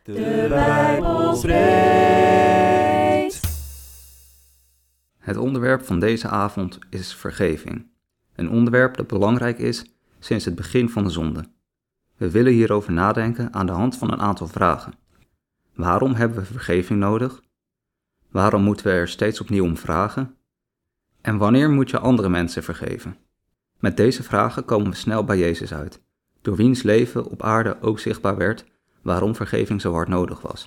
De Bijbel spreekt. Het onderwerp van deze avond is vergeving. Een onderwerp dat belangrijk is sinds het begin van de zonde. We willen hierover nadenken aan de hand van een aantal vragen. Waarom hebben we vergeving nodig? Waarom moeten we er steeds opnieuw om vragen? En wanneer moet je andere mensen vergeven? Met deze vragen komen we snel bij Jezus uit, door wiens leven op aarde ook zichtbaar werd waarom vergeving zo hard nodig was.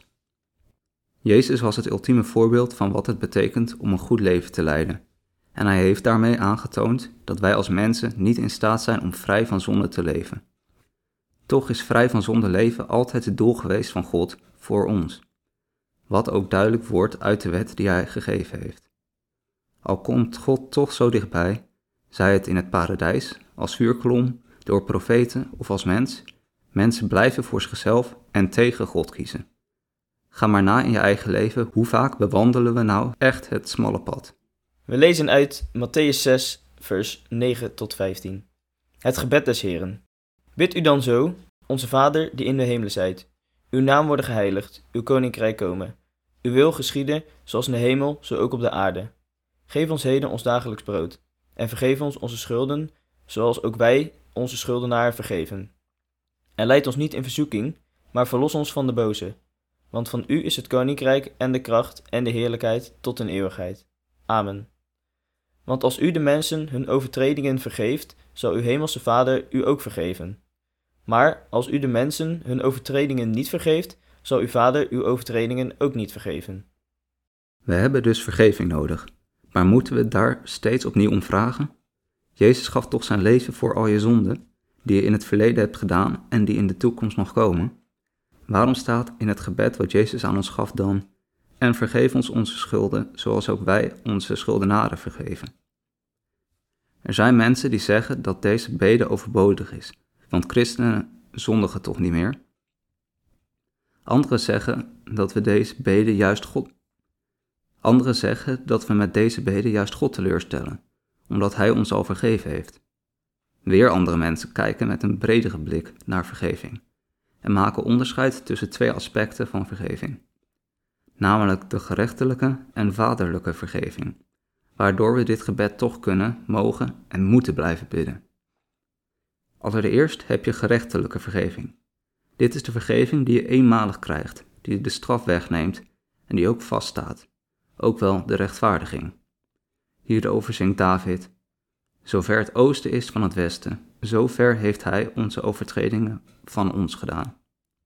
Jezus was het ultieme voorbeeld van wat het betekent om een goed leven te leiden. En hij heeft daarmee aangetoond dat wij als mensen niet in staat zijn om vrij van zonde te leven. Toch is vrij van zonde leven altijd het doel geweest van God voor ons. Wat ook duidelijk wordt uit de wet die hij gegeven heeft. Al komt God toch zo dichtbij, zij het in het paradijs, als vuurkolom, door profeten of als mens, mensen blijven voor zichzelf en tegen God kiezen. Ga maar na in je eigen leven, hoe vaak bewandelen we nou echt het smalle pad? We lezen uit Mattheüs 6, vers 9 tot 15. Het gebed des Heren. Bid u dan zo, onze Vader die in de hemelen zijt. Uw naam worden geheiligd, uw koninkrijk komen. Uw wil geschieden, zoals in de hemel, zo ook op de aarde. Geef ons heden ons dagelijks brood. En vergeef ons onze schulden, zoals ook wij onze schuldenaren vergeven. En leid ons niet in verzoeking, maar verlos ons van de boze. Want van u is het koninkrijk en de kracht en de heerlijkheid tot in eeuwigheid. Amen. Want als u de mensen hun overtredingen vergeeft, zal uw hemelse Vader u ook vergeven. Maar als u de mensen hun overtredingen niet vergeeft, zal uw Vader uw overtredingen ook niet vergeven. We hebben dus vergeving nodig, maar moeten we daar steeds opnieuw om vragen? Jezus gaf toch zijn leven voor al je zonden, die je in het verleden hebt gedaan en die in de toekomst nog komen? Waarom staat in het gebed wat Jezus aan ons gaf dan: en vergeef ons onze schulden, zoals ook wij onze schuldenaren vergeven? Er zijn mensen die zeggen dat deze bede overbodig is, want christenen zondigen toch niet meer? Anderen zeggen dat we met deze bede juist God teleurstellen, omdat hij ons al vergeven heeft. Weer andere mensen kijken met een bredere blik naar vergeving en maken onderscheid tussen twee aspecten van vergeving, namelijk de gerechtelijke en vaderlijke vergeving, waardoor we dit gebed toch kunnen, mogen en moeten blijven bidden. Allereerst heb je gerechtelijke vergeving. Dit is de vergeving die je eenmalig krijgt, die de straf wegneemt en die ook vaststaat, ook wel de rechtvaardiging. Hierover zingt David: zover het oosten is van het westen, zo ver heeft hij onze overtredingen van ons gedaan.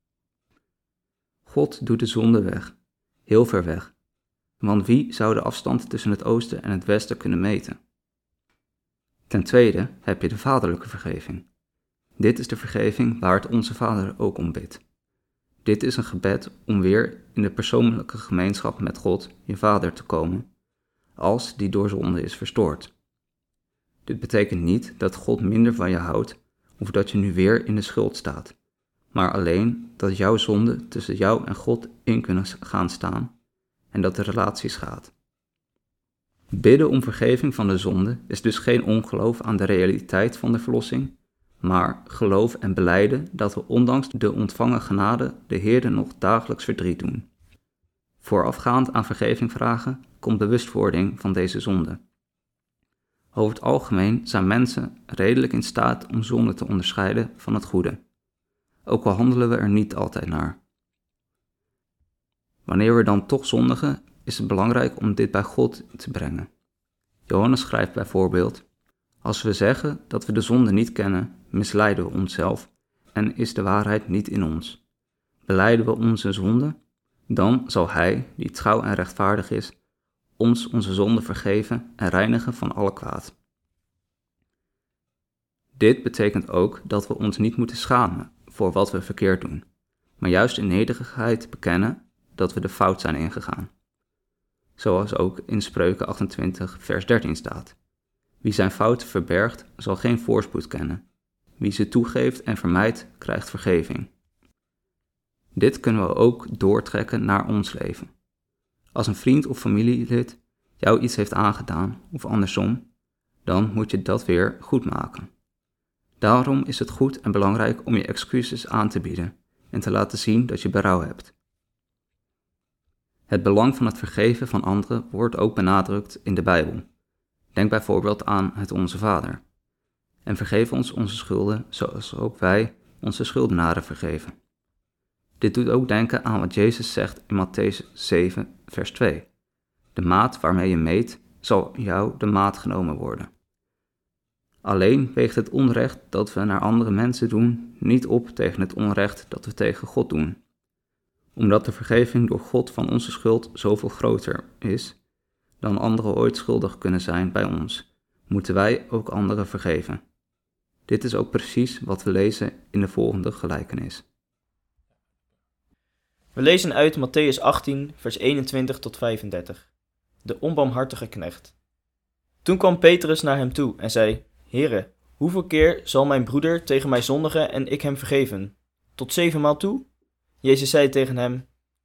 God doet de zonde weg, heel ver weg, want wie zou de afstand tussen het oosten en het westen kunnen meten? Ten tweede heb je de vaderlijke vergeving. Dit is de vergeving waar het Onze Vader ook om bidt. Dit is een gebed om weer in de persoonlijke gemeenschap met God, je Vader, te komen, als die door zonde is verstoord. Dit betekent niet dat God minder van je houdt of dat je nu weer in de schuld staat, maar alleen dat jouw zonden tussen jou en God in kunnen gaan staan en dat de relatie schaadt. Bidden om vergeving van de zonde is dus geen ongeloof aan de realiteit van de verlossing, maar geloof en belijden dat we ondanks de ontvangen genade de Heere nog dagelijks verdriet doen. Voorafgaand aan vergeving vragen komt bewustwording van deze zonde. Over het algemeen zijn mensen redelijk in staat om zonde te onderscheiden van het goede, ook al handelen we er niet altijd naar. Wanneer we dan toch zondigen, is het belangrijk om dit bij God te brengen. Johannes schrijft bijvoorbeeld: als we zeggen dat we de zonde niet kennen, misleiden we onszelf en is de waarheid niet in ons. Belijden we onze zonde, dan zal hij, die trouw en rechtvaardig is, ons onze zonde vergeven en reinigen van alle kwaad. Dit betekent ook dat we ons niet moeten schamen voor wat we verkeerd doen, maar juist in nederigheid bekennen dat we de fout zijn ingegaan. Zoals ook in Spreuken 28 vers 13 staat: wie zijn fouten verbergt, zal geen voorspoed kennen. Wie ze toegeeft en vermijdt, krijgt vergeving. Dit kunnen we ook doortrekken naar ons leven. Als een vriend of familielid jou iets heeft aangedaan, of andersom, dan moet je dat weer goed maken. Daarom is het goed en belangrijk om je excuses aan te bieden en te laten zien dat je berouw hebt, Het belang van het vergeven van anderen wordt ook benadrukt in de Bijbel. Denk bijvoorbeeld aan het Onze Vader. En vergeef ons onze schulden, zoals ook wij onze schuldenaren vergeven. Dit doet ook denken aan wat Jezus zegt in Mattheüs 7, vers 2. De maat waarmee je meet, zal jou de maat genomen worden. Alleen weegt het onrecht dat we naar andere mensen doen niet op tegen het onrecht dat we tegen God doen. Omdat de vergeving door God van onze schuld zoveel groter is dan anderen ooit schuldig kunnen zijn bij ons, moeten wij ook anderen vergeven. Dit is ook precies wat we lezen in de volgende gelijkenis. We lezen uit Mattheüs 18, vers 21 tot 35. De onbarmhartige knecht. Toen kwam Petrus naar hem toe en zei: Heere, hoeveel keer zal mijn broeder tegen mij zondigen en ik hem vergeven? Tot 7 maal toe? Jezus zei tegen hem: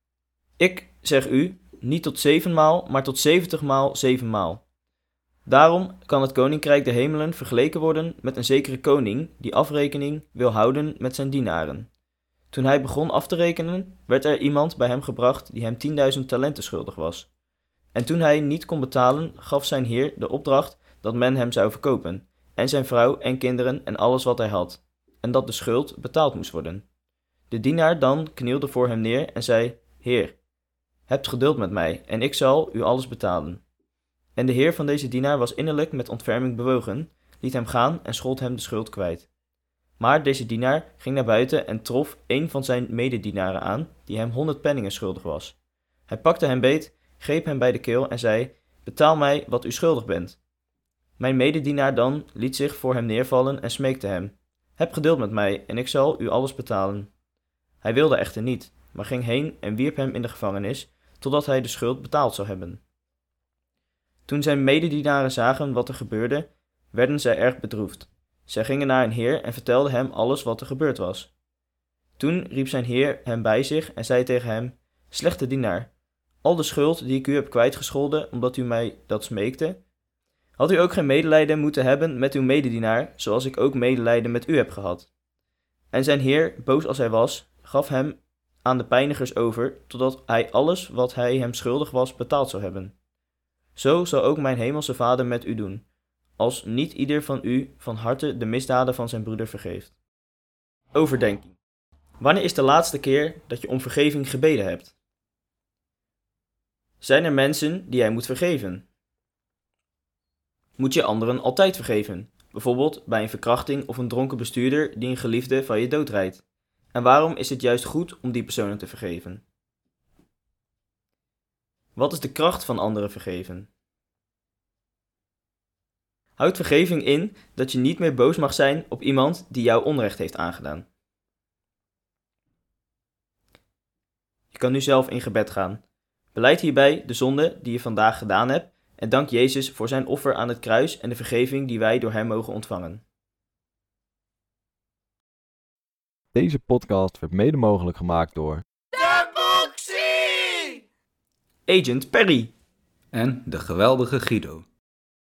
Ik zeg u, niet tot 7 maal, maar tot 70 maal 7 maal. Daarom kan het koninkrijk der hemelen vergeleken worden met een zekere koning die afrekening wil houden met zijn dienaren. Toen hij begon af te rekenen, werd er iemand bij hem gebracht die hem 10.000 talenten schuldig was. En toen hij niet kon betalen, gaf zijn heer de opdracht dat men hem zou verkopen, en zijn vrouw en kinderen en alles wat hij had, en dat de schuld betaald moest worden. De dienaar dan knielde voor hem neer en zei: Heer, hebt geduld met mij, en ik zal u alles betalen. En de heer van deze dienaar was innerlijk met ontferming bewogen, liet hem gaan en schold hem de schuld kwijt. Maar deze dienaar ging naar buiten en trof een van zijn mededienaren aan, die hem 100 penningen schuldig was. Hij pakte hem beet, greep hem bij de keel en zei: Betaal mij wat u schuldig bent. Mijn mededienaar dan liet zich voor hem neervallen en smeekte hem: Heb geduld met mij, en ik zal u alles betalen. Hij wilde echter niet, maar ging heen en wierp hem in de gevangenis, totdat hij de schuld betaald zou hebben. Toen zijn mededienaren zagen wat er gebeurde, werden zij erg bedroefd. Zij gingen naar hun heer en vertelden hem alles wat er gebeurd was. Toen riep zijn heer hem bij zich en zei tegen hem: Slechte dienaar, al de schuld die ik u heb kwijtgescholden omdat u mij dat smeekte, had u ook geen medelijden moeten hebben met uw mededienaar, zoals ik ook medelijden met u heb gehad. En zijn heer, boos als hij was, gaf hem aan de pijnigers over, totdat hij alles wat hij hem schuldig was betaald zou hebben. Zo zal ook mijn hemelse Vader met u doen, als niet ieder van u van harte de misdaden van zijn broeder vergeeft. Overdenking. Wanneer is de laatste keer dat je om vergeving gebeden hebt? Zijn er mensen die jij moet vergeven? Moet je anderen altijd vergeven, bijvoorbeeld bij een verkrachting of een dronken bestuurder die een geliefde van je doodrijdt? En waarom is het juist goed om die personen te vergeven? Wat is de kracht van anderen vergeven? Houdt vergeving in dat je niet meer boos mag zijn op iemand die jou onrecht heeft aangedaan. Je kan nu zelf in gebed gaan. Belijd hierbij de zonde die je vandaag gedaan hebt en dank Jezus voor zijn offer aan het kruis en de vergeving die wij door hem mogen ontvangen. Deze podcast werd mede mogelijk gemaakt door Agent Perry. En de geweldige Guido.